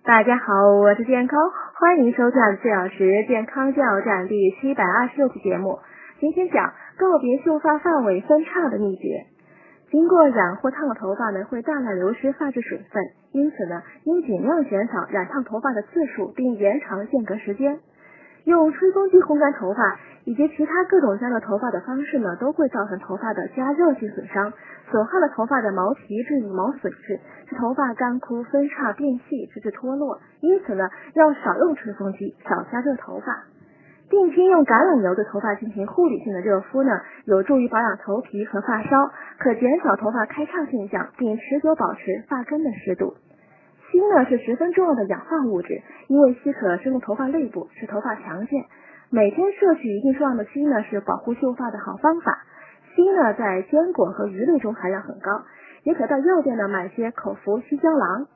大家好，我是健康，欢迎收看4小时健康加油站第726期节目。今天讲告别秀发发尾分叉的秘诀。经过染或烫的头发呢，会大量流失发质水分，因此呢，应尽量减少染烫头发的次数，并延长间隔时间。用吹风机烘干头发以及其他各种加热头发的方式呢，都会造成头发的加热性损伤，损害了头发的毛皮至羽毛损失，使头发干枯、分叉、变细，直至脱落。因此呢，要少用吹风机，少加热头发。定期用橄榄油对头发进行护理性的热敷呢，有助于保养头皮和发梢，可减少头发开叉现象，并持久保持发根的湿度。硒呢是十分重要的氧化物质，因为硒可深入头发内部，使头发强健。每天摄取一定数量的硒呢，是保护秀发的好方法。硒呢在坚果和鱼类中含量很高，也可到药店呢买些口服硒胶囊。